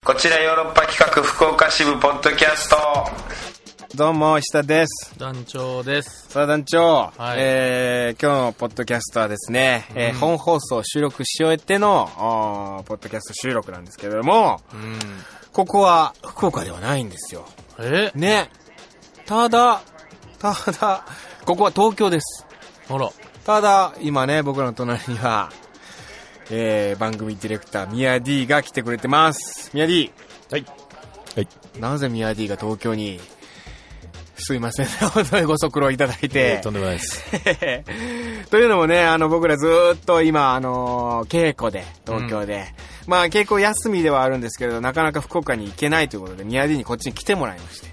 こちらヨーロッパ企画福岡支部ポッドキャスト。 どうも石田です。 団長です。 さあ団長、 はい、 今日のポッドキャストはですね、本放送収録し終えてのポッドキャスト収録なんですけれども、ここは福岡ではないんですよ。ね。ただここは東京です。 あら。 ただ今ね、僕らの隣には、番組ディレクターミヤ D が来てくれてます。ミヤ D。 はい。はい。 なぜミヤ D が東京に？すいません、本当にご足労いただいて。 とんでもないです。 というのもね、僕らずーっと今、稽古で、東京で、まあ稽古休みではあるんですけれど、なかなか福岡に行けないということで、ミヤ D にこっちに来てもらいまして、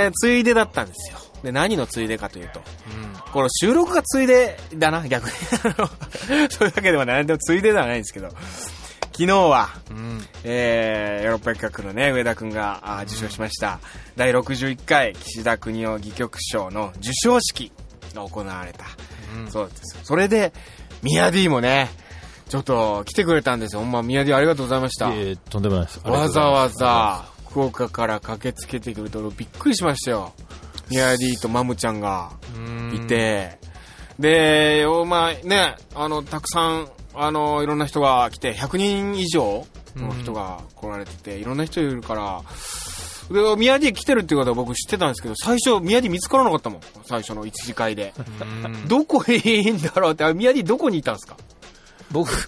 ついでだったんですよ。で、何のついでかというと、この収録がついでだな、逆に。そういうわけではない、でもついでではないんですけど、昨日は、ヨーロッパ企画のね、上田くんが受賞しました、第61回岸田國士戯曲賞の授賞式が行われた。そうです。それで、ミヤ D もね、ちょっと来てくれたんですよ。ほんま、ミヤ D ありがとうございました。 とんでもないです。 わざわざ、福岡から駆けつけてくると、びっくりしましたよ。ミヤ D とマムちゃんがいて、で、まあね、たくさん、いろんな人が来て、100人以上の人が来られてて、いろんな人いるから、で、ミヤ D 来てるっていうことは僕知ってたんですけど、最初、ミヤ D 見つからなかったもん。最初の一次会で。どこにいいんだろうって、ミヤ D どこにいたんですか？ 僕、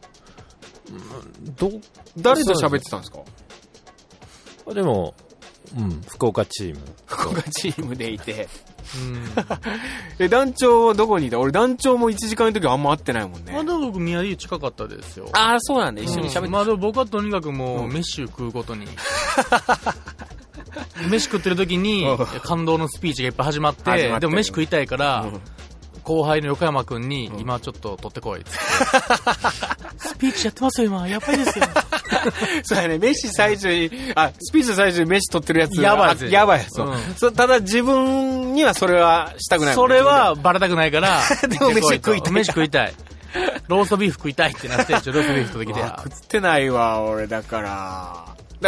誰と喋ってたんですか？ でも、福岡チーム。 福岡チームでいて。団長はどこにいた？俺団長も1時間の時はあんま会ってないもんね。 まだ僕宮城近かったですよ。 ああ、そうなんだ。一緒に喋ってた。 まあでも僕はとにかくもう飯食うごとに飯食ってる時に感動のスピーチがいっぱい始まってでも飯食いたいから後輩の横山くんに今ちょっと取ってこいっつってスピーチやってますよ今、やばいですよ。 そうやね、飯最初に、スピーチの最初に飯取ってるやつ。 やばいですよ。 やばいそう。ただ自分にはそれはしたくないもんね。 それはバレたくないから、 でも飯食いたい。 飯食いたい。ローストビーフ食いたいってなって、ローストビーフ取ってきてや。 食ってないわ、俺だから。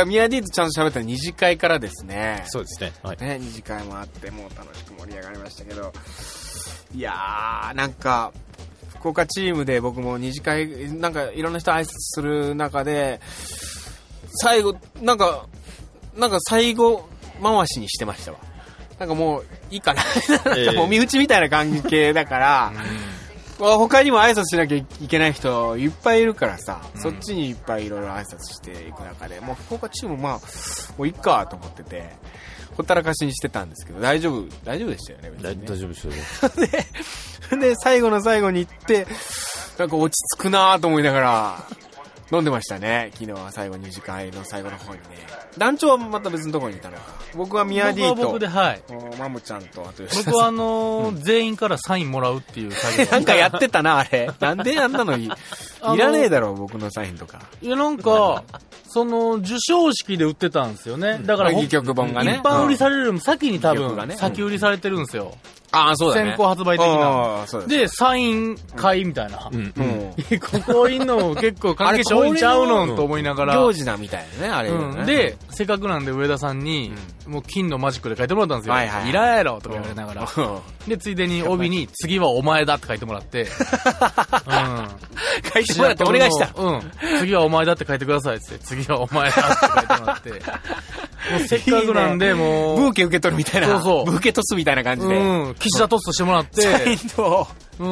ミヤ D とちゃんと喋ったら二次会からですね。 そうですね。はい。 ね、二次会もあって、もう楽しく盛り上がりましたけど。いやー、なんか、福岡チームで僕も二次会、なんかいろんな人挨拶する中で、最後、なんか最後回しにしてましたわ。なんかもういいかな。なんかもう身内みたいな関係だから、他にも挨拶しなきゃいけない人いっぱいいるからさ、そっちにいっぱいいろいろ挨拶していく中で、もう福岡チームもういっかと思ってて、ほったらかしにしてたんですけど、大丈夫でしたよね。 大丈夫ですよ。 で、最後の最後に行って、なんか落ち着くなぁと思いながら、飲んでましたね。昨日は最後二次会の最後の方にね。団長はまた別のところにいたのか。僕はミヤ D と、 僕で、はい。 マムちゃんと、あと僕は全員からサインもらうっていう作業。 なんかやってたな、あれ。なんであんなのいらねえだろ、僕のサインとか。 いや、なんか、授賞式で売ってたんですよね。だから、 戯曲本がね。 一般売りされるよりも先に多分、先売りされてるんですよ。 そうだね。 先行発売的な。で、サイン会みたいな。ここいんの結構関係者多いんちゃうのと思いながら。 行事なみたいなね、あれね。 で、せっかくなんで上田さんに、もう金のマジックで書いてもらったんですよ。いらんやろとか言われながら。で、ついでに帯に、次はお前だって書いてもらって。 書いてもらってお願いした。 次はお前だって書いてくださいって。次はお前だって書いてもらって。もうせっかくなんで、もう。 ブーケ受け取るみたいな。そう。ブーケトスみたいな感じで。 岸田トストしてもらって。 サインと。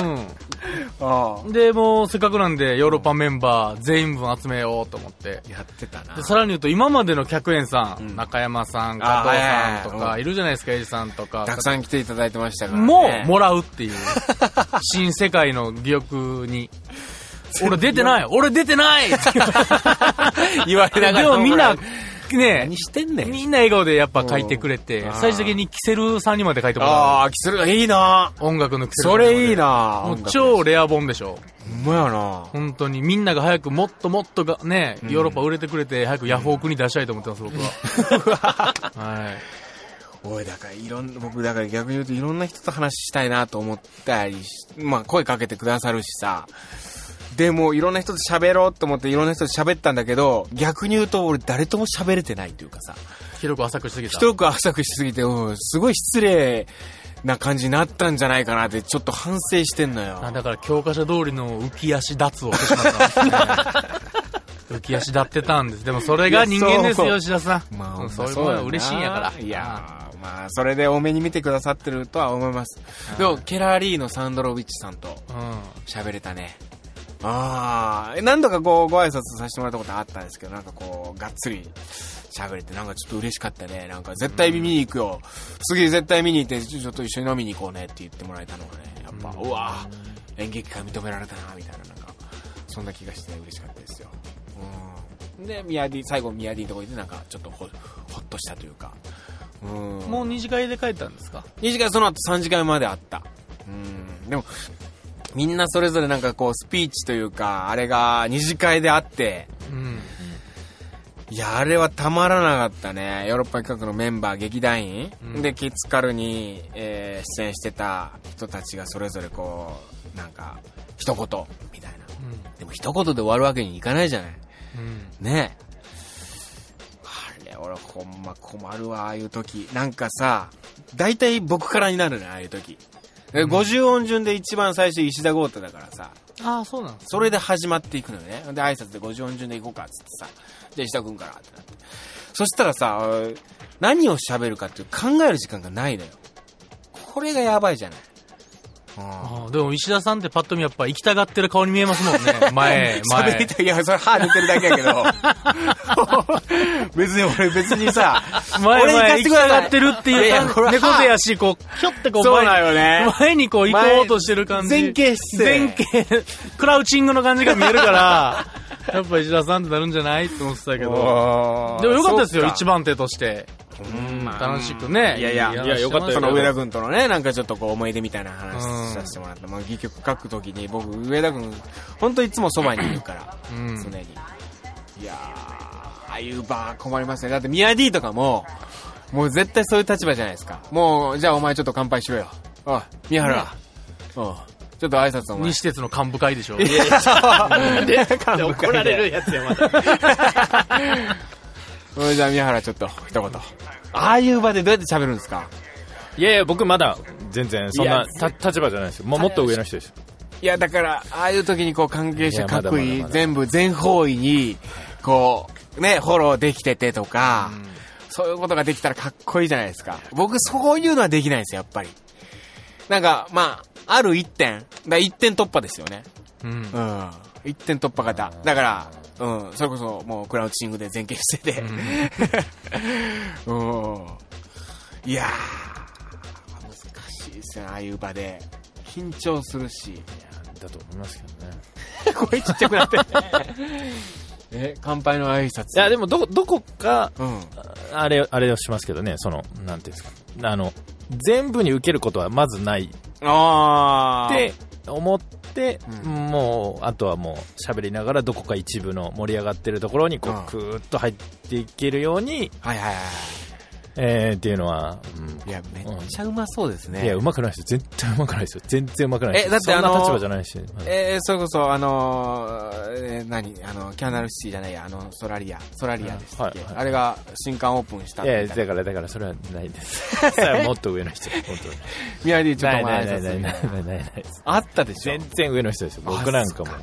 で、もうせっかくなんで、ヨーロッパメンバー全員分集めようと思って。 やってたな。 で、さらに言うと、今までの客演さん、中山さん、加藤さんとか、いるじゃないですか、エイジさんとか。 たくさん来ていただいてましたからね。 もう、もらうっていう。新世界の戯曲に。俺出てない言われながら。 でもみんな、ね、 何してんねん。 みんな笑顔でやっぱ書いてくれて、最終的にキセルさんにまで書いてもらう。 キセルいいな。 音楽のキセル。 それいいな。 もう超レア本でしょ。 ほんまやな。 本当にみんなが早くもっともっとがね、ヨーロッパ売れてくれて、早くヤフオクに出したいと思ってます、僕は。はい。 おい、だから僕だから逆に言うといろんな人と話したいなと思ったり、まあ声かけてくださるしさ、 でもいろんな人と喋ろうと思っていろんな人と喋ったんだけど、逆に言うと俺誰とも喋れてないというかさ、 広く浅くしすぎた。 広く浅くしすぎて、すごい失礼な感じになったんじゃないかなってちょっと反省してんのよ。 だから教科書通りの浮き足脱をしてしまったんですね。浮き足立ってたんです。でもそれが人間ですよ、吉田さん。 まあ、 そういうものが嬉しいんやから。 いやまあそれで多めに見てくださってるとは思います。でもケラーリーのサンドロビッチさんと喋れたね。何度かこうご挨拶させてもらったことあったんですけど、なんかこうがっつり喋れてなんかちょっと嬉しかったね。なんか絶対見に行くよ、次絶対見に行ってちょっと一緒に飲みに行こうねって言ってもらえたのがね、やっぱうわ演劇界認められたなみたいな、なんかそんな気がして嬉しかったですよ。で最後ミヤディのところでなんかちょっとほっとしたというか。 もう二次会で帰ったんですか？ 二次会その後3次会まであった。でもみんなそれぞれなんかこうスピーチというかあれが二次会であって、いやあれはたまらなかったね。ヨーロッパ企画のメンバー劇団員、でキッズカルに、出演してた人たちがそれぞれこうなんか一言みたいな、でも一言で終わるわけにいかないじゃない、ねえ。あれ俺ほんま困るわ、ああいう時。なんかさ大体僕からになるね、ああいう時。50音順で一番最初石田豪太だからさ。 そうなんです、ね。 それで始まっていくのよね。で挨拶で50音順で行こうかっつってさ、じゃあ石田君からってなって、そしたらさ何を喋るかっていう考える時間がないのよ。これがやばいじゃない。 でも石田さんってパッと見やっぱ行きたがってる顔に見えますもんね。前喋りたい。いやそれ歯抜けるだけやけど別にさ俺行きたがってるっていう猫背やし、こうひょってこうそうなんよね、 前にこう行こうとしてる感じ、 前傾姿勢クラウチングの感じが見えるからやっぱ石田さんってなるんじゃないって思ってたけど、でもよかったですよ、一番手として楽しくね。 いやよかったよ。その上田君とのねなんかちょっとこう思い出みたいな話させてもらって、戯曲書くときに僕上田君本当いつもそばにいるから、常に。いやああいう場困りますね。だってミヤディとかもう絶対そういう立場じゃないですか。もうじゃあお前ちょっと乾杯しろよ、おい宮原、ちょっと挨拶お前。 西鉄の幹部会でしょ。 いやで怒られるやつやまたじゃあ宮原ちょっと一言。ああいう場でどうやって喋るんですか？ いや僕まだ全然そんな立場じゃないですよ。もっと上の人ですよ。 いやだからああいう時にこう関係者各位全部全方位にこうねフォローできててとか、そういうことができたらかっこいいじゃないですか。僕そういうのはできないんですよ、やっぱり。なんかまあある一点突破ですよね。一点突破型だから、それこそもうクラウチングで前傾してて、いやー難しいですよね、ああいう場で緊張するし。 だと思いますけどね。 声ちっちゃくなって乾杯の挨拶。 いやでもどこか、あれをしますけどね、そのなんていうんですか、全部に受けることはまずないって思って、もうあとはもう喋りながらどこか一部の盛り上がってるところにこうクーッと入っていけるように、っていうのは、 いやめっちゃうまそうですね。 いやうまくないですよ、絶対うまくないですよ、全然うまくないですよ。 だってそんな立場じゃないし、 それこそキャナルシティじゃないや、ソラリアでしたっけ、あれが新館オープンしたみたいな。 だからそれはないですそれはもっと上の人、本当に宮城ちょっと前挨拶ないあったでしょ。 全然上の人ですよ、僕なんかも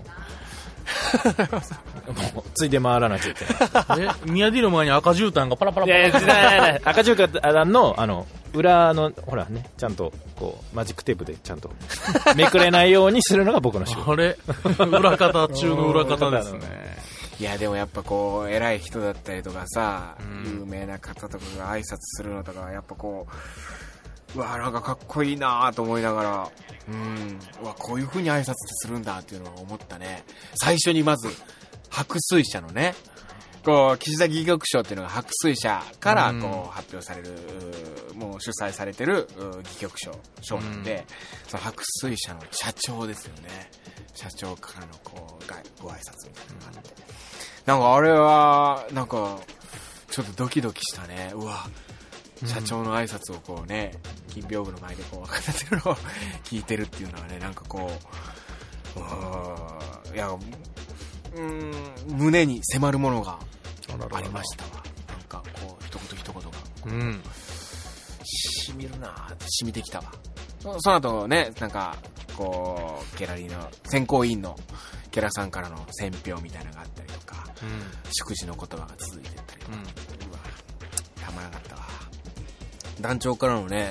もうついで回らなきゃいけない。 宮城の前に赤絨毯がパラパラパラ。 赤絨毯の裏のほらね、ちゃんとこうマジックテープでちゃんとめくれないようにするのが僕の仕事。 あれ裏方中の裏方ですね。 いやでもやっぱこう偉い人だったりとかさ、有名な方とかが挨拶するのとかやっぱこうなんかかっこいいなと思いながら、こういう風に挨拶ってするんだっていうのを思ったね。最初にまず白水社のね、こう岸田戯曲賞っていうのが白水社からこう発表される、もう主催されてる戯曲賞なんで、その白水社の社長ですよね。社長からのこうご挨拶みたいなのがあって、なんかあれはなんかちょっとドキドキしたね。社長の挨拶をこうね、金屏風の前でこう分かってるのを聞いてるっていうのはね、なんかこういや、胸に迫るものがありましたわ。なんかこう一言が、しみるなーってしみてきたわ。その後ね、なんかこうギャラリーの選考委員のキャラさんからの選評みたいなのがあったりとか、祝辞の言葉が続いてったりとか、うわたまらなかったわ。団長からのね、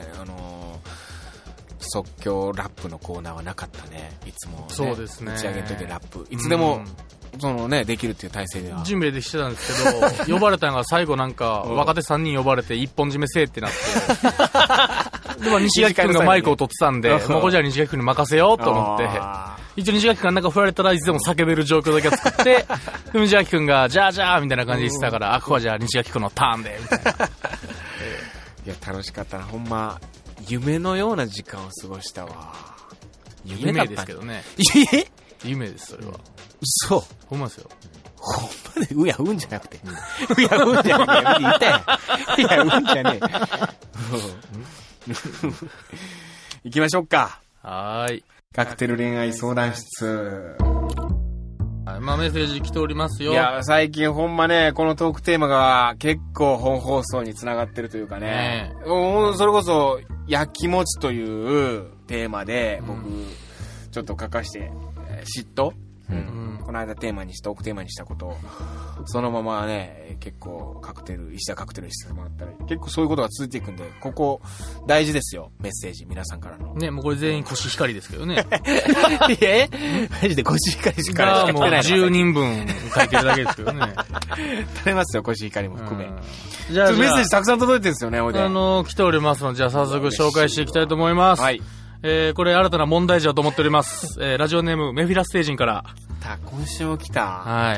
即興ラップのコーナーはなかったね。いつも、ね、 そうですね。 打ち上げの時ラップいつでも、そのね、できるっていう体制では準備できてたんですけど呼ばれたのが最後なんか若手3人呼ばれて一本締めせえってなってでも西垣君がマイクを取ってたんでもうこれじゃあ西垣君に任せようと思って一応西垣君がなんか振られたらいつでも叫べる状況だけは作って西垣君がじゃあみたいな感じで言ってたからここはじゃあ西垣君のターンでみたいないや楽しかったな。ほんま夢のような時間を過ごしたわ。 夢ですけどね。夢です、それは。 嘘。 ほんまですよ。 ほんまで、うやうんじゃなくて。うやうんじゃねえ。言ったやん。うやうんじゃねえ。行きましょうか。 はーい。 カクテル恋愛相談室。 まあメッセージ来ておりますよ。 いや、最近ほんまね、このトークテーマが結構本放送に繋がってるというかね。それこそ、焼きもちというテーマで、僕、ちょっと書かして、嫉妬、この間テーマにした、トークテーマにしたことを、そのままね、結構石田カクテルしてもらったり、結構そういうことが続いていくんで、ここ大事ですよ、メッセージ、皆さんからの。 ね、もうこれ全員コシヒカリですけどね。 マジでコシヒカリしか書いてない。もう10人分書いてるだけですけどね。 食べますよ、コシヒカリも含め。 じゃあ、 メッセージたくさん届いてるんですよね、おいで。 来ておりますので、じゃあ早速紹介していきたいと思います。 はい。 これ新たな問題児だと思っております。ラジオネームメフィラス星人から。 今週も来た。 はい。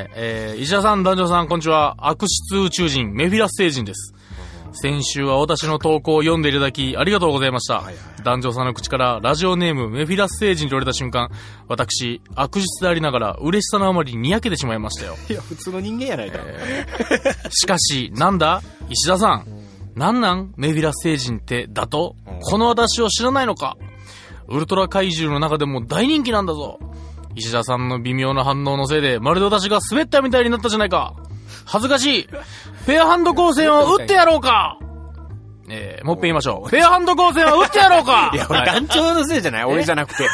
石田さん、男女さん、こんにちは。悪質宇宙人、メフィラス星人です。先週は私の投稿を読んでいただき、ありがとうございました。男女さんの口からラジオネームメフィラス星人と言われた瞬間、私、悪質でありながら嬉しさのあまりにやけてしまいましたよ。 いや、普通の人間やないか。 しかし、なんだ石田さん。なんメフィラス星人ってだと、この私を知らないのか。ウルトラ怪獣の中でも大人気なんだぞ。石田さんの微妙な反応のせいで、まるで私が滑ったみたいになったじゃないか。恥ずかしい。フェアハンド光線を打ってやろうか。もう一遍言いましょう。フェアハンド光線を打ってやろうか。 いや、俺団長のせいじゃない？俺じゃなくて。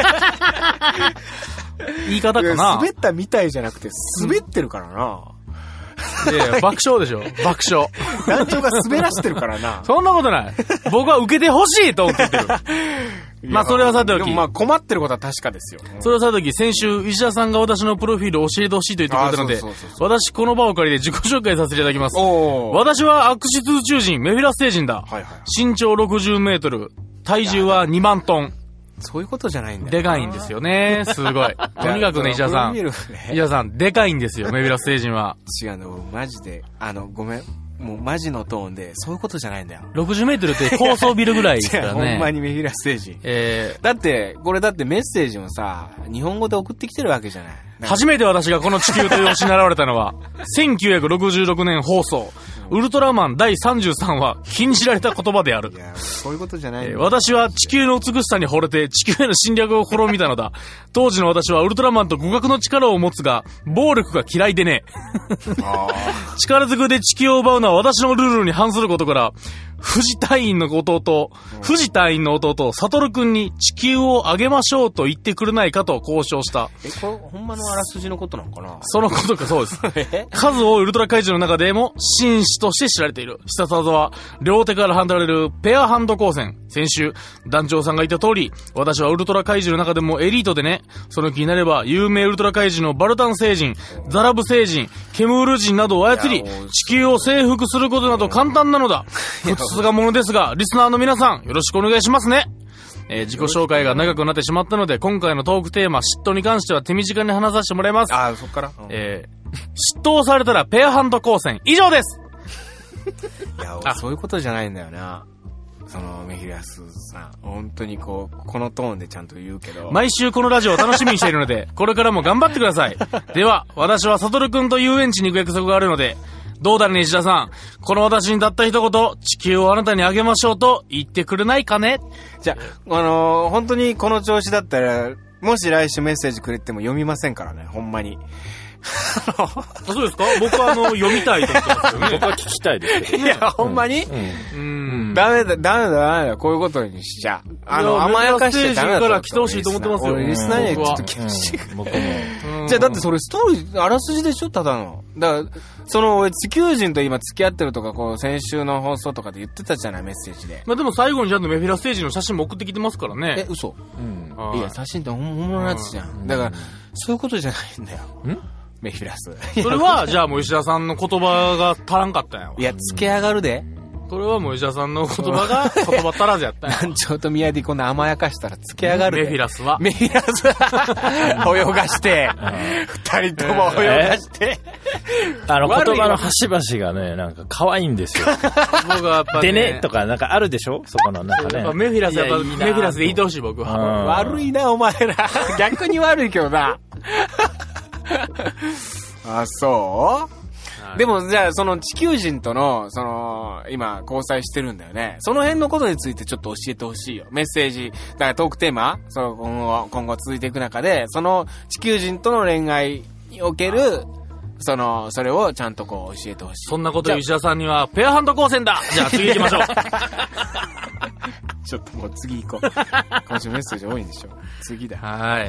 言い方かな。 滑ったみたいじゃなくて、滑ってるからな。 爆笑でしょ爆笑。 団長が滑らしてるからな。 そんなことない。僕は受けてほしいと思ってる。まあそれはさておき。 まあ困ってることは確かですよ。 それはさておき、先週石田さんが私のプロフィールを教えてほしいと言ってくれたので、私この場を借りて自己紹介させていただきます。私は悪質宇宙人メフィラス星人だ。身長60メートル、体重は2万トン。 そういうことじゃないんだよ。 でかいんですよね。すごい。とにかくね、石田さん。石田さん、でかいんですよ、メフィラス星人は。 違うの、マジで、ごめん。もうマジのトーンで、そういうことじゃないんだよ。 60メートルって高層ビルぐらいですからね。 ほんまにメフィラス星人。だって、これだってメッセージもさ、日本語で送ってきてるわけじゃない。 初めて私がこの地球という星に現れたのは、1966年放送、ウルトラマン第33話、禁じられた言葉である。 いや、そういうことじゃない。 私は地球の美しさに惚れて地球への侵略を試みたのだ。当時の私はウルトラマンと互角の力を持つが、暴力が嫌いでね。力ずくで地球を奪うのは私のルールに反することから、藤隊員の弟、サトル君に地球をあげましょうと言ってくれないかと交渉した。 これほんまのあらすじのことなのかな？ そのことか、そうです。数多いウルトラ怪獣の中でも紳士として知られている。必殺技は両手から放たれるペアハンド光線。先週、団長さんが言った通り、私はウルトラ怪獣の中でもエリートでね、その気になれば有名ウルトラ怪獣のバルタン星人、ザラブ星人、ケムール人などを操り、地球を征服することなど簡単なのだ。さすがものですが、リスナーの皆さん、よろしくお願いしますね。自己紹介が長くなってしまったので、今回のトークテーマ、嫉妬に関しては手短に話させてもらいます。 そっから、 嫉妬されたらペアハンド光線。以上です。 いや、そういうことじゃないんだよな。そのメフィラスさん、本当にこのトーンでちゃんと言うけど、 毎週このラジオを楽しみにしているので、これからも頑張ってください。では、私はサトルくんと遊園地に行く約束があるので、どうだね、石田さん。この私にたった一言、地球をあなたにあげましょうと言ってくれないかね。 じゃあ、本当にこの調子だったら、 もし来週メッセージくれても読みませんからね、ほんまに。 そうですか？僕は読みたいと思ってますよね。 僕は聞きたいですけど。 いや、ほんまにダメだ。こういうことにしちゃ。甘やかしてダメだ。 から来てほしいと思ってますよ。 リスナーにはちょっと厳しい。僕も。じゃあだってそれストーリー、あらすじでしょただの。だから、地球人と今付き合ってるとか、先週の放送とかで言ってたじゃない、メッセージで。 まあでも最後にちゃんとメフィラステージの写真も送ってきてますからね。 嘘？いや、写真って本物のやつじゃん。だから、そういうことじゃないんだよ。メフィラス。 それは、じゃあもう石田さんの言葉が足らんかったんやわ。 いや、付け上がるで。 それはもう石田さんの言葉が言葉足らずやったんや。 団長と宮ディこんな甘やかしたら付け上がるで。 メフィラスは。 メフィラスは、泳がして、二人とも泳がして。 言葉の端々がね、なんか可愛いんですよ。 僕はやっぱでね、とかなんかあるでしょそこのなんかね。 メフィラスやっぱ、メフィラスで言ってほしい僕は。 悪いな、お前ら。逆に悪いけどな。あ、そうでも、じゃあ、地球人との、今、交際してるんだよね。その辺のことについてちょっと教えてほしいよ。メッセージ、だからトークテーマ、今後続いていく中で、地球人との恋愛における、それをちゃんと教えてほしい。 そんなこと石田さんには、ペアハンド光線だ。じゃあ次行きましょう。 ちょっともう次行こう。今週メッセージ多いんでしょ。次だ。 はい。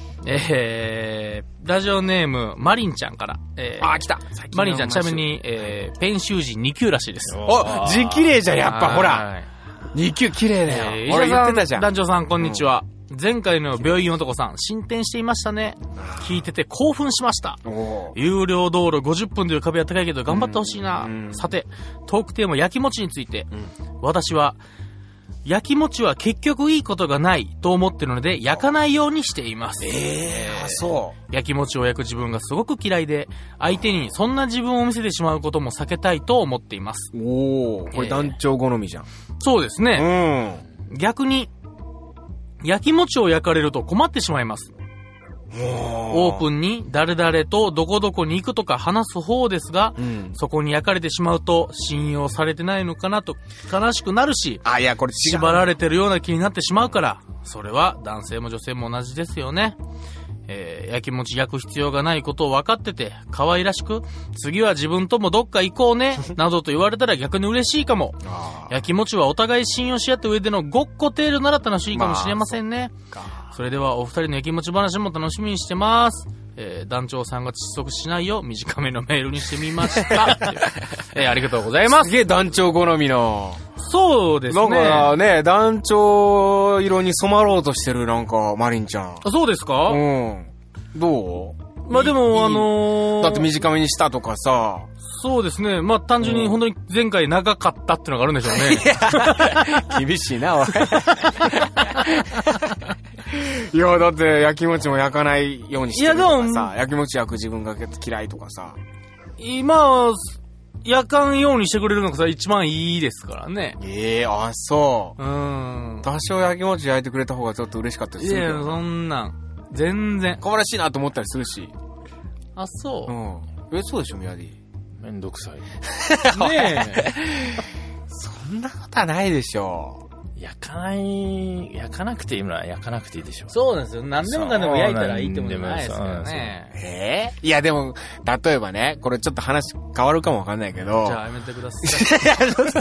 ラジオネーム、マリンちゃんから。 来た。 マリンちゃん、ちなみに、ペン習字2級らしいです。 字綺麗じゃん、やっぱ、ほら。2級綺麗だよ。 俺言ってたじゃん。団長さん、こんにちは。前回の病院男さん、進展していましたね。聞いてて興奮しました。有料道路50分という壁は高いけど頑張ってほしいな。さて、トークテーマ焼き餅について、私は、焼き餅は結局いいことがないと思ってるので焼かないようにしています。 そう。 焼き餅を焼く自分がすごく嫌いで、相手にそんな自分を見せてしまうことも避けたいと思っています。 これ団長好みじゃん。 そうですね。逆に、焼き餅を焼かれると困ってしまいます。オープンに誰々とどこどこに行くとか話す方ですが、そこに焼かれてしまうと信用されてないのかなと悲しくなるし、 これ縛られてるような気になってしまうから、それは男性も女性も同じですよね。焼き餅焼く必要がないことを分かってて可愛らしく、次は自分ともどっか行こうねなどと言われたら逆に嬉しいかも。焼き餅はお互い信用し合った上でのごっこ程度なら楽しいかもしれませんね。それではお二人の焼き餅話も楽しみにしてます。団長さんが窒息しないよう短めのメールにしてみました。ありがとうございます。 すげえ団長好みの。 そうですね。 なんかね、団長色に染まろうとしてる、なんか、マリンちゃん。 そうですか？ どう？ まあでもだって短めにしたとかさ。 そうですね。まあ単純に本当に前回長かったっていうのがあるんでしょうね。 厳しいな、おい。いや、だって焼き餅も焼かないようにしてるとかさ、焼き餅焼く自分が嫌いとかさ。 今、焼かんようにしてくれるのがさ、一番いいですからね。 そう。多少焼き餅焼いてくれた方がちょっと嬉しかったりするけど。 いや、そんなん。全然。 可愛らしいなと思ったりするし。 あ、そう。 そうでしょ、宮ディ。 めんどくさい。 ねえ。 そんなことはないでしょ。 焼かなくていいのは焼かなくていいでしょ。 そうなんですよ。何でもかんでも焼いたらいいってもんじゃないですからね。 いやでも、例えばね、これちょっと話変わるかもわかんないけど。 じゃあやめてくださ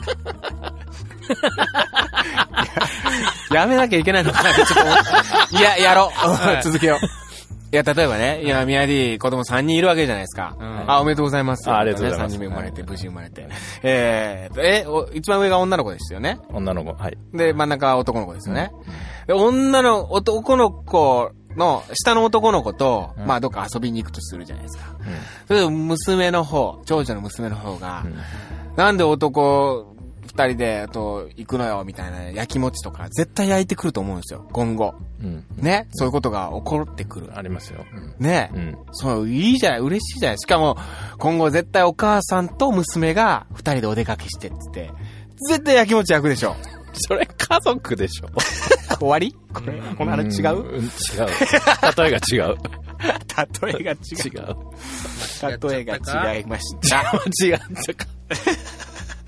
い。やめなきゃいけないのかなってちょっと。いや、やろう。続けよう。いや、例えばね、今、宮ディ子供3人いるわけじゃないですか。おめでとうございます。 ありがとうございます。 3人目生まれて、無事生まれて。一番上が女の子ですよね。 女の子、はい。 で、真ん中は男の子ですよね。で、男の子の、下の男の子と、まあ、どっか遊びに行くとするじゃないですか。それで、長女の娘の方が、なんで男、二人で、行くのよ、みたいな焼き餅とか、絶対焼いてくると思うんですよ、今後。ね、そういうことが起こってくる。 ありますよ。 ね、そう、いいじゃない、嬉しいじゃない。しかも、今後絶対お母さんと娘が二人でお出かけしてって言って、絶対焼き餅焼くでしょ。 それ家族でしょ。 終わり？この話違う？ 違う。例えが違う。 例えが違う。例えが違いました。 違ったか。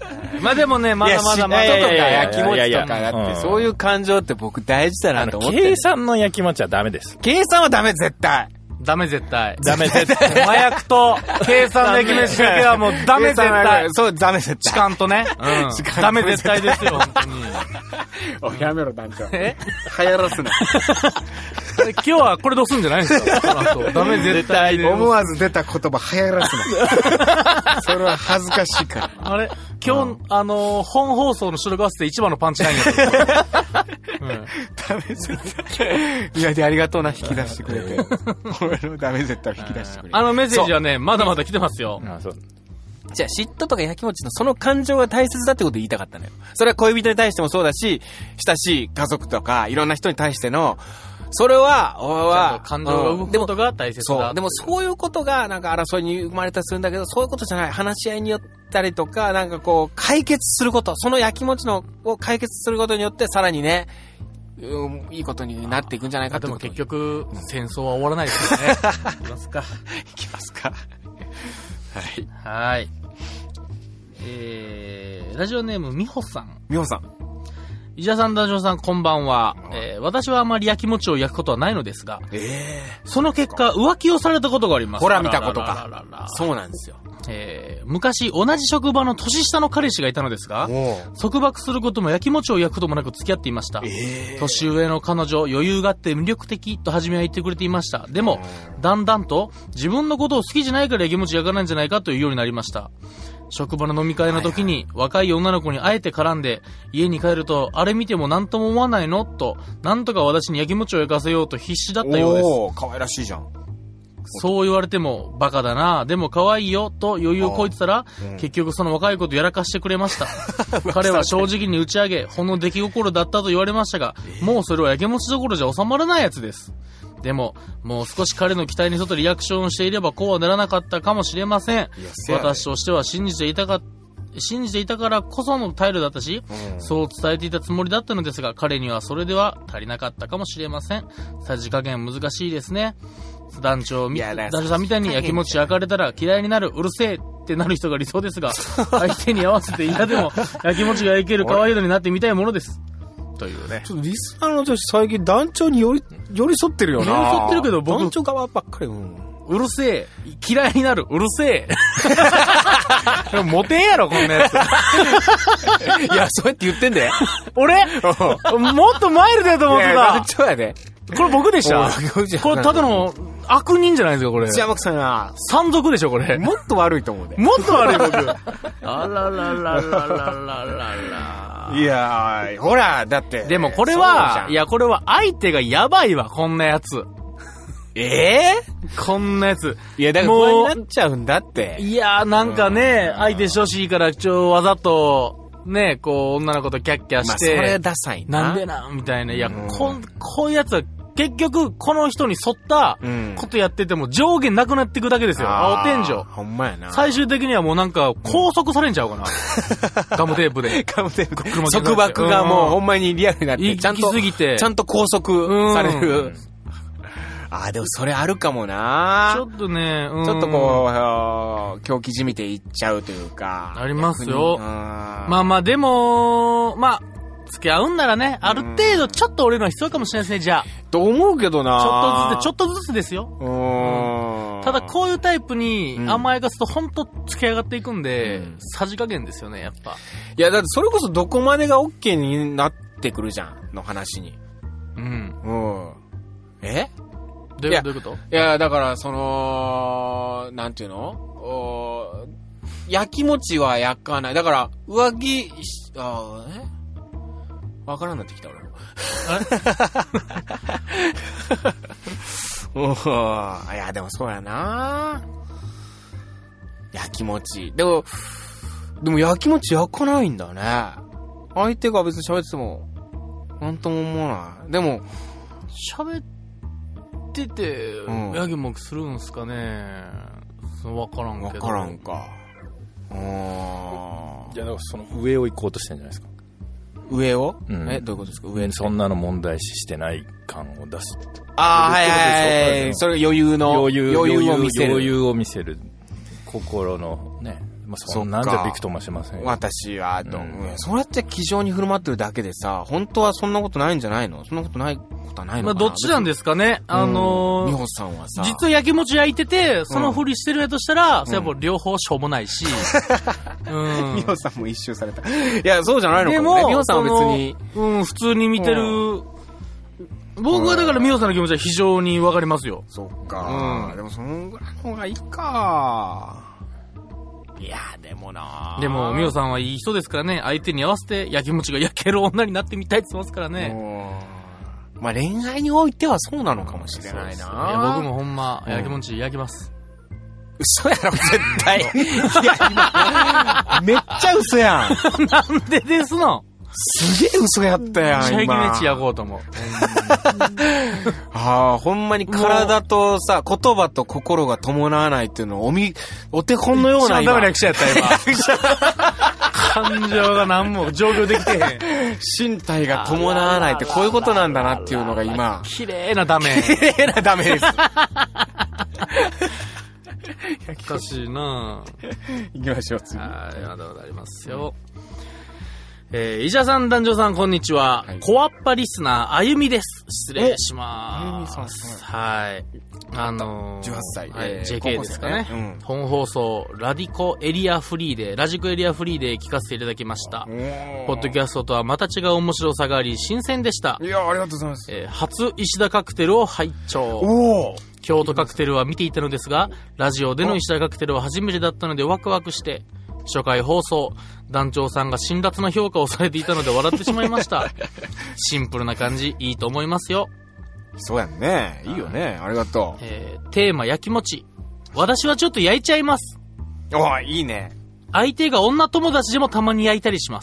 まあでもね、まだまだまだ。 嫉妬とか焼きもちとかだって、そういう感情って僕大事だなと思って。 計算の焼きもちはダメです。 計算はダメ、絶対。 ダメ絶対。 ダメ絶対。 麻薬と計算の焼き飯だけはもうダメ絶対。 そう、ダメ絶対。 痴漢とね。うん。ダメ絶対ですよ、本当に。 おい、やめろ、団長。流行らすな。 今日はこれどうすんじゃないんですか？ダメ絶対で。 思わず出た言葉流行らすな。それは恥ずかしいから。 あれ今日、本放送の収録合わせて一番のパンチラインやった。 ダメ絶対。いや、でありがとうな、引き出してくれて。俺のダメ絶対を引き出してくれて。 メッセージはね、まだまだ来てますよ。 そう。じゃあ嫉妬とか焼きもちのその感情が大切だってことを言いたかったのよ。それは恋人に対してもそうだし、親しい家族とかいろんな人に対しての、それは、俺は、 感情が動くことが大切だ。 そう。でもそういうことがなんか争いに生まれたりするんだけど、そういうことじゃない。話し合いによったりとか、なんかこう、解決すること、その焼きもちのを解決することによって、さらにね、いいことになっていくんじゃないかってこと。 でも結局、戦争は終わらないですよね。いきますか。 いきますか。 はい。はい。ラジオネーム、みほさん。 みほさん。 伊沢さん、団長さん、こんばんは。私はあまり焼きもちを焼くことはないのですが、その結果、浮気をされたことがあります。 ほら、見たことか。そうなんですよ。 昔、同じ職場の年下の彼氏がいたのですが、束縛することも焼きもちを焼くこともなく付き合っていました。年上の彼女、余裕があって魅力的と初めは言ってくれていました。でも、だんだんと、自分のことを好きじゃないから焼きもち焼かないんじゃないかというようになりました。職場の飲み会の時に若い女の子にあえて絡んで家に帰るとあれ見ても何とも思わないのとなんとか私に焼きもちを焼かせようと必死だったようです。 おー、可愛らしいじゃん。 そう言われてもバカだな、でも可愛いよと余裕をこいてたら、結局その若い子とやらかしてくれました。彼は正直に打ち上げほんの出来心だったと言われましたが、もうそれは焼きもちどころじゃ収まらないやつです。でも、もう少し彼の期待に沿ったリアクションをしていればこうはならなかったかもしれません。私としては信じていたからこその態度だったし、そう伝えていたつもりだったのですが、彼にはそれでは足りなかったかもしれません。さじ加減難しいですね。団長さんみたいに焼きもち焼かれたら嫌いになる、うるせえってなる人が理想ですが、相手に合わせて嫌でも焼きもちが焼ける可愛いのになってみたいものです。というね。 ちょっとリスナーの女子最近団長に寄り添ってるよな。 寄り添ってるけど僕。 団長側ばっかり。 うるせえ。嫌いになる。うるせえ。モテんやろ、こんなやつ。 いや、そうやって言ってんだよ。 俺もっとマイルドやと思ってた。 団長やで。 これ僕でしたこれただの悪人じゃないですか、これ。 邪魔くさいな。 山賊でしょ、これ。 もっと悪いと思うで。 もっと悪い、僕。あららららららら。 いやー、ほら、だって。 でもこれは、いや、これは相手がやばいわ、こんなやつ。こんなやつ。 いや、だから不安になっちゃうんだって。 いや、なんかね、相手してほしいから、わざと、ね、こう、女の子とキャッキャして。 まあ、それダサいな。 なんでな、みたいな。いや、こういうやつは、結局、この人に沿ったことやってても上限なくなっていくだけですよ。青天井。 ほんまやな。 最終的にはもうなんか、拘束されんちゃうかな。ガムテープで。 ガムテープ。束縛がもうほんまにリアルになって、 ちゃんと、ちゃんと拘束される。でもそれあるかもな。 ちょっとね、 ちょっとこう、狂気じみていっちゃうというか。 ありますよ。まあまあ、でも、まあ、付き合うんならね、ある程度ちょっと俺の必要かもしれないですね、じゃあ。 と思うけどな。 ちょっとずつですよ。ただこういうタイプに甘やかすと本当付き上がっていくんで、さじ加減ですよね、やっぱ。 いや、だってそれこそどこまでが OK になってくるじゃん、の話に。 どういうこと？ いや、だから、なんていうの？焼きもちは焼かない。だから、浮気わからんなってきた、俺も。いや、でもそうやな。焼きもち。でも焼きもち焼かないんだね。相手が別に喋ってても、なんとも思わない。でも、 喋ってて、ヤギもするんすかね。わからんけど。 わからんか。 じゃあ、その上を行こうとしてんじゃないですか。 上を？どういうことですか？上そんなの問題視してない感を出す。 はいはい。それ余裕を見せる。 余裕を見せる。心のね。 まあ、そんなんじゃびくともしませんよ。 私は、そうやって気丈に振る舞ってるだけでさ、本当はそんなことないんじゃないの？そんなことないことはないのかな？ まあ、どっちなんですかね。 美穂さんはさ。 実は焼き餅焼いてて、そのふりしてるやとしたら、それはもう両方しょうもないし。 美穂さんも一周された。いや、そうじゃないのかもね。美穂さんは別に。 普通に見てる。僕はだから美穂さんの気持ちは非常にわかりますよ。 そっか。でもそのぐらいの方がいいか。いやでもなでも美穂さんはいい人ですからね。相手に合わせて焼き餅が焼ける女になってみたいって言ってますからね。 まあ恋愛においてはそうなのかもしれないな。いや僕もほんま焼き餅焼きます。 嘘やろ絶対。いや今めっちゃ嘘やん。 なんでですの？ すげえ嘘やったやん、今。 焼き飯焼こうと思う。 ほんまに体とさ、言葉と心が伴わないっていうのをお手本のような今。ダメな役者やった今。感情が何も上京できてへん。身体が伴わないってこういうことなんだなっていうのが今。 綺麗なダメ。 綺麗なダメです。 おかしいなぁ。行きましょう、次。 はい、まだまだありますよ。伊者さん、男女さん、こんにちは。コアッパリスナー、あゆみです。失礼します。はい。 18歳。 JK ですかね。本放送、ラジコエリアフリーで聞かせていただきました。ポッドキャストとはまた違う面白さがあり、新鮮でした。 いや、ありがとうございます。 初石田カクテルを拝聴。京都カクテルは見ていたのですが、ラジオでの石田カクテルは初めてだったのでワクワクして、初回放送、団長さんが辛辣な評価をされていたので笑ってしまいました。シンプルな感じ、いいと思いますよ。 そうやんね。いいよね。ありがとう。テーマ焼き餅。私はちょっと焼いちゃいます。 いいね。 相手が女友達でもたまに焼いたりします。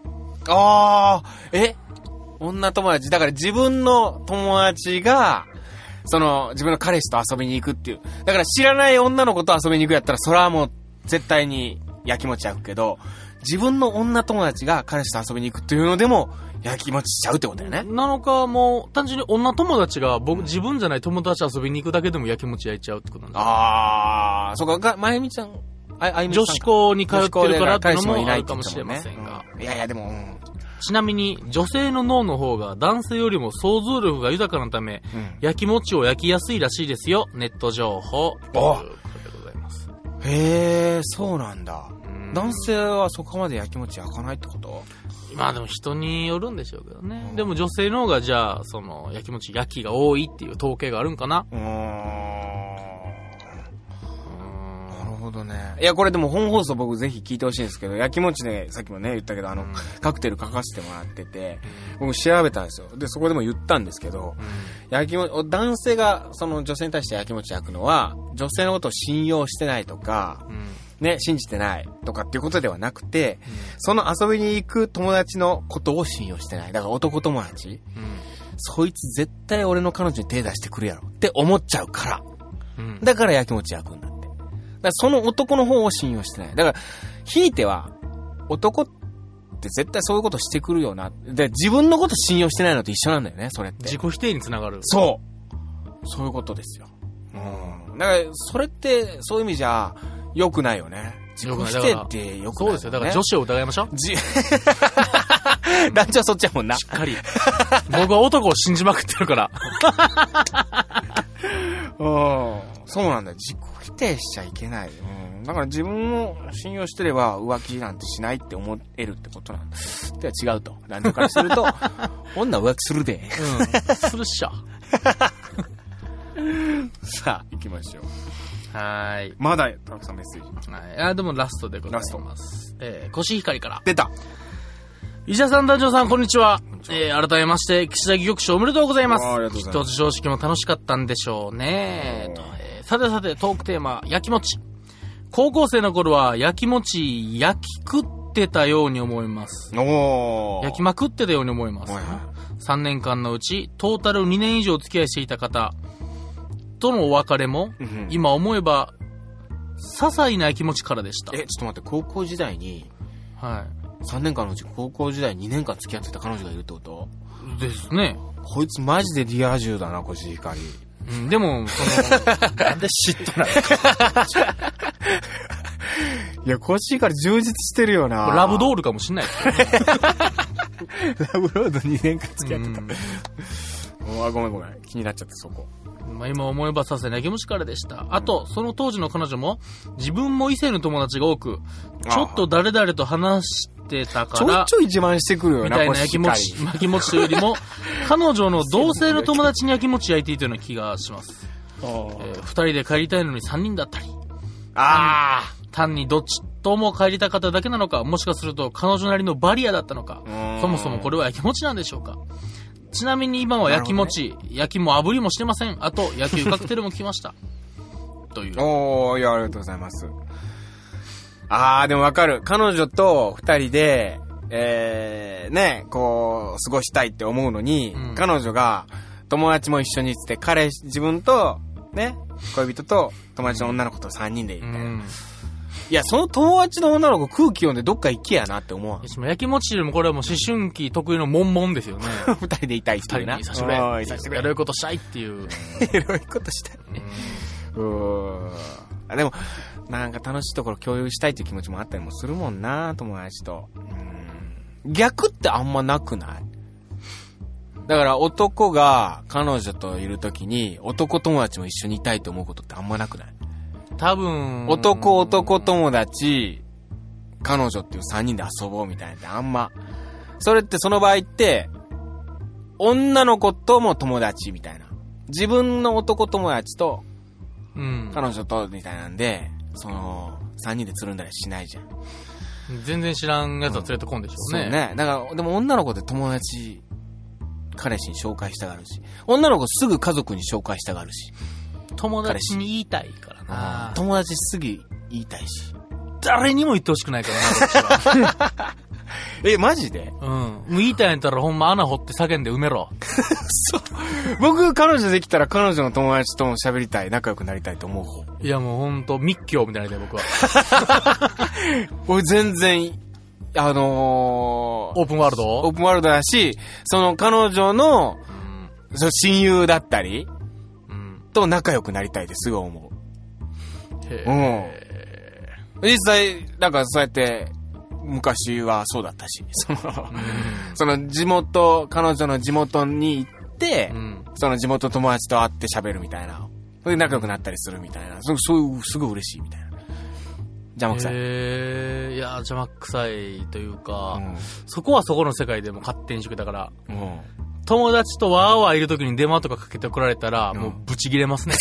女友達。だから自分の友達が、自分の彼氏と遊びに行くっていう。だから知らない女の子と遊びに行くやったら、それはもう絶対に焼き餅焼くけど、自分の女友達が彼氏と遊びに行くっていうのでも、焼き餅しちゃうってことだよね。 なのか、もう、単純に女友達が自分じゃない友達遊びに行くだけでも焼き餅焼いちゃうってことなんだ。 そうか、まゆみちゃん、 女子校に通ってるからっていうのもあるかもしれませんが。 いやでも、 ちなみに、女性の脳の方が男性よりも想像力が豊かなため、焼き餅を焼きやすいらしいですよ。ネット情報。 へー、そうなんだ。男性はそこまで焼き餅焼かないってこと？ まあでも人によるんでしょうけどね。でも女性の方がじゃあ、焼き餅焼きが多いっていう統計があるんかな？ なるほどね。いや、これでも本放送僕ぜひ聞いてほしいんですけど、焼き餅で、さっきもね言ったけど、カクテル書かせてもらってて、僕調べたんですよ。で、そこでも言ったんですけど、焼き餅、男性が女性に対して焼き餅焼くのは、女性のことを信用してないとか、信じてないとかっていうことではなくて、その遊びに行く友達のことを信用してない。だから男友達、そいつ絶対俺の彼女に手出してくるやろって思っちゃうから。だから焼き餅焼くんだって。だからその男の方を信用してない。だから、ひいては、男って絶対そういうことしてくるよな。で、自分のこと信用してないのと一緒なんだよね、それって。 自己否定につながる。 そういうことですよ。だから、それって、そういう意味じゃ、良くないよね。自己否定って良くないよね。 そうですよ。だから女子を疑いましょう。 団長はそっちやもんな。 しっかり。僕は男を信じまくってるから。 そうなんだよ。自己否定しちゃいけない。だから自分を信用してれば浮気なんてしないって思えるってことなんだ。では違うと。男女からすると、女浮気するで。 するっしょ。 さあ、行きましょう。 はい。 まだたくさんメッセージ。 はい。でもラストでございます。コシヒカリから。 出た。 伊者さん、団長さん、こんにちは。改めまして、岸田玉賞おめでとうございます。 ありがとうございます。 きっと授賞式も楽しかったんでしょうね。さてさて、トークテーマ、焼き餅。高校生の頃は焼き餅焼き食ってたように思います。焼きまくってたように思います。3年間のうち、トータル2年以上付き合いしていた方とのお別れも、今思えば、些細な焼き餅からでした。 ちょっと待って、高校時代に、 はい。 3年間のうち高校時代2年間付き合ってた彼女がいるってこと？ ですね。 こいつマジでリア充だな、コシヒカリ。 でも、 なんで嫉妬なの？ いや、コシヒカリ充実してるよな。 ラブドールかもしんないですよ、ね。 ラブロード2年間付き合ってた。ごめん。気になっちゃった、そこ。 まあ、今思えばさせな気持ちからでした。あと、その当時の彼女も、自分も異性の友達が多く、ちょっと誰々と話してたから、 ちょい自慢してくるよな、 みたいな焼きもちというよりも、彼女の同性の友達に焼きもち焼いていたような気がします。2人で帰りたいのに3人だったり。単にどっちとも帰りたかっただけなのか、もしかすると彼女なりのバリアだったのか、そもそもこれは焼きもちなんでしょうか。ちなみに今は焼きもち、焼きも炙りもしてません。あと、野球カクテルも来ました。という。 いや、ありがとうございます。でもわかる。彼女と二人で、こう、過ごしたいって思うのに、彼女が友達も一緒に行って、自分と、ね、恋人と友達の女の子と3人でいるみたいな。いや、その友達の女の子空気読んでどっか行けやなって思う。 焼きもちよりもこれはもう思春期特有の悶々ですよね。 二人でいたいっていうな。 二人にさせてくれ。エロいことしたいっていう。 エロいことしたいね。でも、なんか楽しいところ共有したいっていう気持ちもあったりもするもんな、友達と。逆ってあんまなくない？だから男が彼女といるときに男友達も一緒にいたいと思うことってあんまなくない？ 多分男友達彼女っていう3人で遊ぼうみたいなってあんま、それってその場合って女の子とも友達みたいな、自分の男友達と彼女とみたいなんで、その3人でつるんだりしないじゃん。 全然知らんやつは連れてこんでしょうね。 そうね。だからでも女の子って友達彼氏に紹介したがるし、女の子すぐ家族に紹介したがるし、 友達に言いたいからな。 友達すぐ言いたいし、 誰にも言ってほしくないからな、こっちは。 マジで？ もう言いたいんやったらほんま穴掘って叫んで埋めろ。 そう。僕彼女できたら彼女の友達とも喋りたい、仲良くなりたいと思う方。 いやもうほんと密教みたいな僕は。 俺全然、 オープンワールド？ オープンワールドだし、その彼女の、その親友だったり、と仲良くなりたいってすぐ思う。実際、なんかそうやって、昔はそうだったし、その地元、彼女の地元に行って、その地元友達と会って喋るみたいな。それで仲良くなったりするみたいな。そういう、すごい嬉しいみたいな。邪魔くさい。 いや、邪魔くさいというか、そこはそこの世界でも勝手にしてくれたから、友達とワーワーいるときに電話とかかけてこられたら、もうブチ切れますね。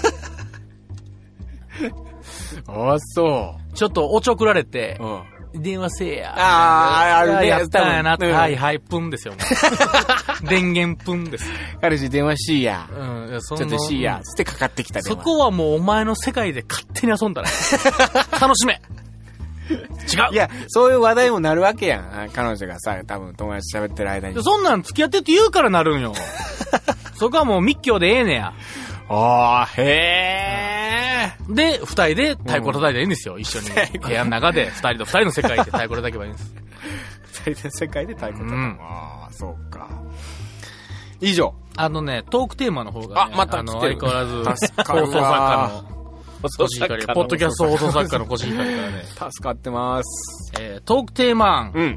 そう。 ちょっとおちょくられて、電話せえや。 あるね。 やったんやなって。はい、プンですよ。電源プンです。 彼氏電話しいや。 ちょっとしいや。つってかかってきた電話。 そこはもうお前の世界で勝手に遊んだら。楽しめ。違う。 いや、そういう話題もなるわけやん。彼女がさ、多分友達喋ってる間に。 そんなん付き合ってって言うからなるんよ。そこはもう密教でええねや。 へー。で、二人で太鼓叩いたらいいんですよ。一緒に。部屋の中で二人の世界で太鼓叩けばいいんです。 二人の世界で太鼓叩く。そうか。以上。 トークテーマの方がね。 また来てる。 相変わらず、放送作家の。コシヒカリ、ポッドキャスト放送作家のコシヒカリからね。 助かってます。 トークテーマ案。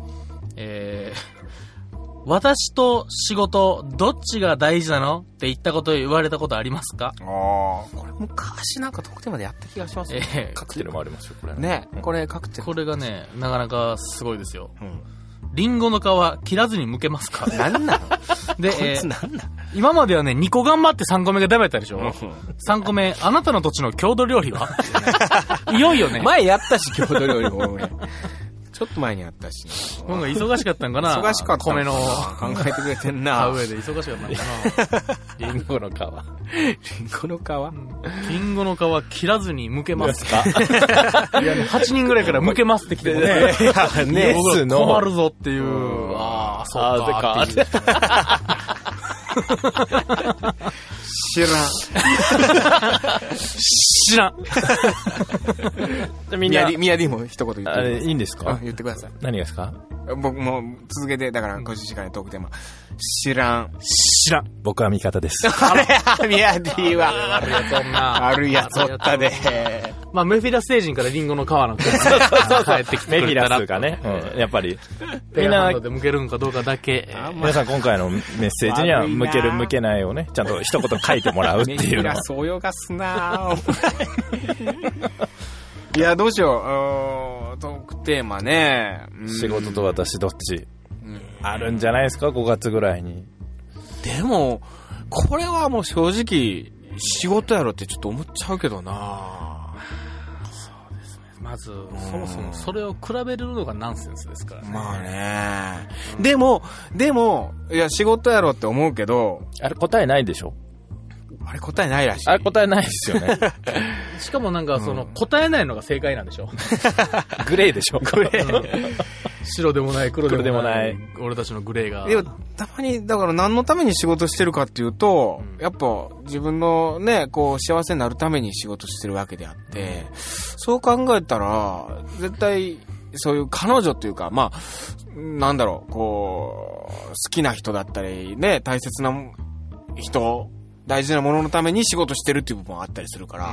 私と仕事、どっちが大事なのって言ったこと言われたことありますか？ これ昔なんか特典までやった気がしますね。 カクテルもありますよ、これ。 ね、これカクテル。 これがね、なかなかすごいですよ。リンゴの皮切らずに剥けますか？ なんなの？ で、今まではね、2個頑張って3個目がダメだったでしょ？ 3 個目、あなたの土地の郷土料理は？いよいよね。 前やったし、郷土料理も。ちょっと前にあったし。 今が忙しかったんかな？ 忙しかった。 米の。 考えてくれてんな。 上で忙しかったんかな？ リンゴの皮。 リンゴの皮？ リンゴの皮切らずに剥けますか？いや、8人ぐらいから剥けますって来てもね。 ね、 僕ら困るぞっていう。そうか。 知らん。 みんな、 ミヤディも一言言ってください。 いいんですか？ 言ってください。 何がですか？ 僕も続けて、だからコシヒカリのトークテーマ。知らん。 僕は味方です。 ミヤディは。 あるやつおんな。 あるやつおったで。 まあ、メフィラス星人からリンゴの皮の帰ってきてくれたら。 メフィラスがね、やっぱり。 みんなで向けるんかどうかだけ。 皆さん今回のメッセージには向ける向けないをね、ちゃんと一言書いてもらうっていうのは。 メフィラス泳がすないや、どうしよう。トークテーマね。 仕事と私どっちあるんじゃないですか、5月ぐらいに。 でも、これはもう正直、仕事やろってちょっと思っちゃうけどな。 そうですね。まず、そもそもそれを比べるのがナンセンスですからね。 まあね。でも、いや、仕事やろって思うけど、 あれ答えないでしょ？ あれ答えないらしい。 あれ答えないですよね。 しかもなんか答えないのが正解なんでしょ？ グレーでしょ？ グレー。 白でもない黒でもない俺たちのグレーが。 でもたまにだから何のために仕事してるかっていうと、やっぱ自分のねこう幸せになるために仕事してるわけであって、そう考えたら絶対そういう彼女というかまあなんだろうこう好きな人だったりね大切な人大事なもののために仕事してるっていう部分があったりするから、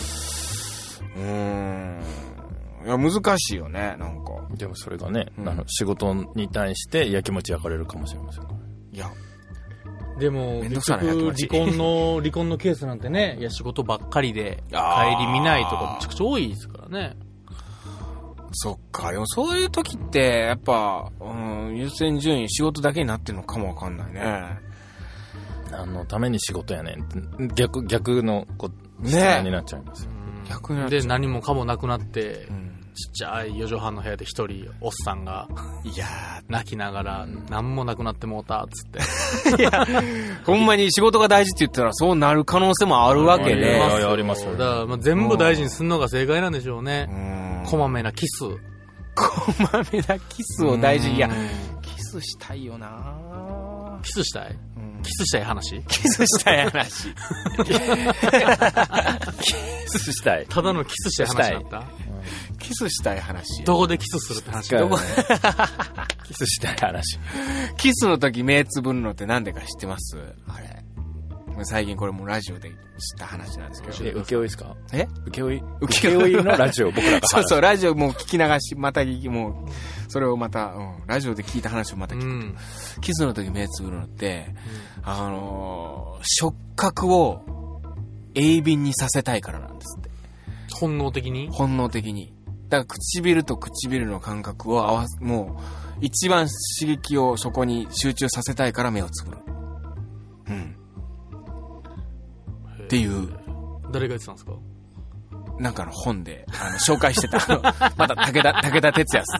いや難しいよねなんか。 でもそれがね、仕事に対してやきもち焼かれるかもしれません。 いやでも結局離婚のケースなんてねいや仕事ばっかりで帰り見ないとかめちゃくちゃ多いですからね。 そっかでもそういう時ってやっぱ、優先順位仕事だけになってるのかもわかんないね。 何のために仕事やねんって逆の質問になっちゃいますよ、 逆になっちゃう。 で何もかもなくなって、ちっちゃい4畳半の部屋で一人おっさんがいや泣きながら何もなくなってもうたっつっていやほんまに仕事が大事って言ったらそうなる可能性もあるわけで、 ありますよ。 だからまあ全部大事にするのが正解なんでしょうね。こまめなキスこまめなキスを大事に。いやキスしたいよな。 キスしたい、キスしたい話キスしたい話キスしたい。 ただのキスしたい話だった。 キスしたい話。 どこでキスするって話。 どこキスしたい話。 キスの時目つぶるのってなんでか知ってます？あれ。最近これもラジオで知った話なんですけど。 請負ですか？請負のラジオ僕らがそうラジオもう聞き流し、またもう、それをまた、ラジオで聞いた話をまた聞く。キスの時目つぶるのって、触覚を鋭敏にさせたいからなんですって。 本能的に。 だから唇と唇の感覚をもう、一番刺激をそこに集中させたいから目をつぶる。っていう。 誰が言ってたんですか？ なんかの本で、紹介してた。まだ武田鉄矢さん。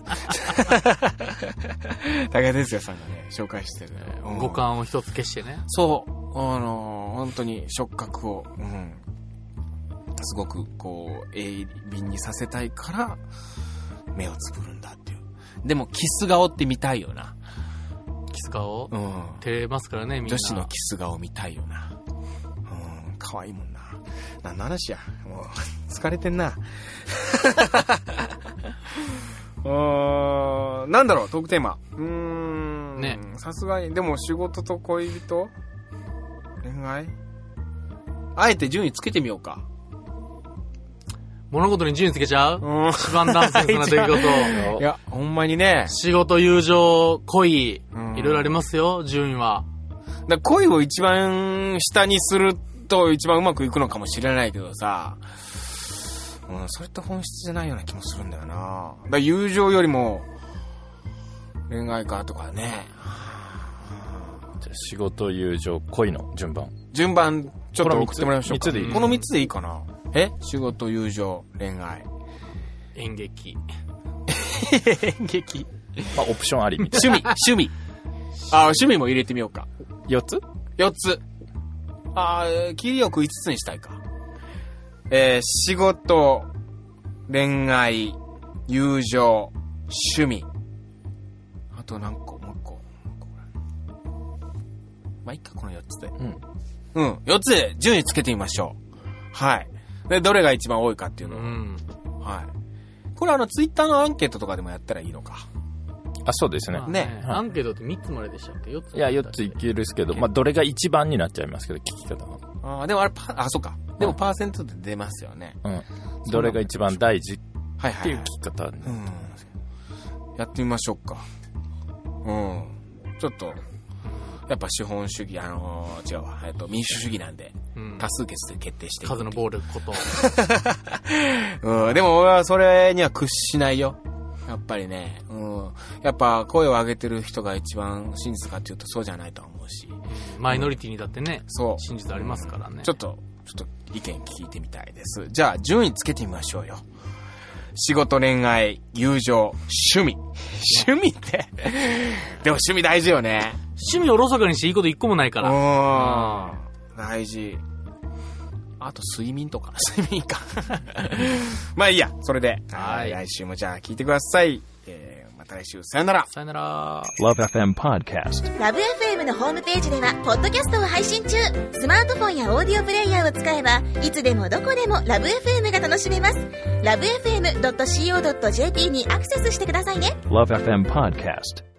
武田鉄矢さんがね、紹介してる、ね。 五感を一つ消してね。 そう。本当に触覚を、すごくこう、鋭敏にさせたいから、目をつぶるんだっていう。でも、キス顔って見たいよな。 キス顔？照れますからね、みんな。 女子のキス顔見たいよな。可愛いもんな。何の話や。もう、疲れてんな。なんだろう、トークテーマ。 ね。 さすがに、でも仕事と恋人恋愛あえて順位つけてみようか。 物事に順位つけちゃう？一番ナンセンスな出来事。 いや、ほんまにね。 仕事、友情、恋、いろいろありますよ、順位は。 だ恋を一番下にすると一番うまくいくのかもしれないけどさ、それって本質じゃないような気もするんだよな。だ友情よりも恋愛かとかね。 じゃあ仕事、友情、恋の順番ちょっと送ってもらいましょうか。 3つでいい？ この3つでいいかな。仕事、友情、恋愛、 演劇。 まあオプションありみたいな。 趣味趣味も入れてみようか。 4つ切りよく5つにしたいか。仕事、恋愛、友情、趣味。あと何個もう1個。まあ、いっか、この4つで。4つで順位つけてみましょう。はい。で、どれが一番多いかっていうのを。はい。これツイッターのアンケートとかでもやったらいいのか。 そうですね。 ね。 アンケートって3つまででしたっけ？4つ。 いや、4ついけるですけど、まあ、どれが一番になっちゃいますけど、聞き方は。 でもあれ、そっか。 でもパーセントで出ますよね。 うん。どれが一番大事っていう聞き方、 やってみましょうか。うん。ちょっと、やっぱ資本主義、違うわ。民主主義なんで、多数決で決定していく。 数の暴力こと。 でも俺はそれには屈しないよ。やっぱりね。やっぱ声を上げてる人が一番真実かっていうとそうじゃないと思うし。 マイノリティにだってね、 そう。 真実ありますからね。 ちょっと意見聞いてみたいです。じゃあ、順位つけてみましょうよ。仕事、恋愛、友情、趣味。趣味って。でも趣味大事よね。 趣味をおろそかにしていいこと一個もないから。 大事。あと睡眠とか。睡眠か。まあいいや。それで、来週もじゃあ聞いてください。また来週。さよなら。 さよなら。 LoveFM Podcast。 LoveFM のホームページではポッドキャストを配信中。スマートフォンやオーディオプレイヤーを使えばいつでもどこでも LoveFM が楽しめます。LoveFM.co.jp にアクセスしてくださいね。 LoveFM Podcast。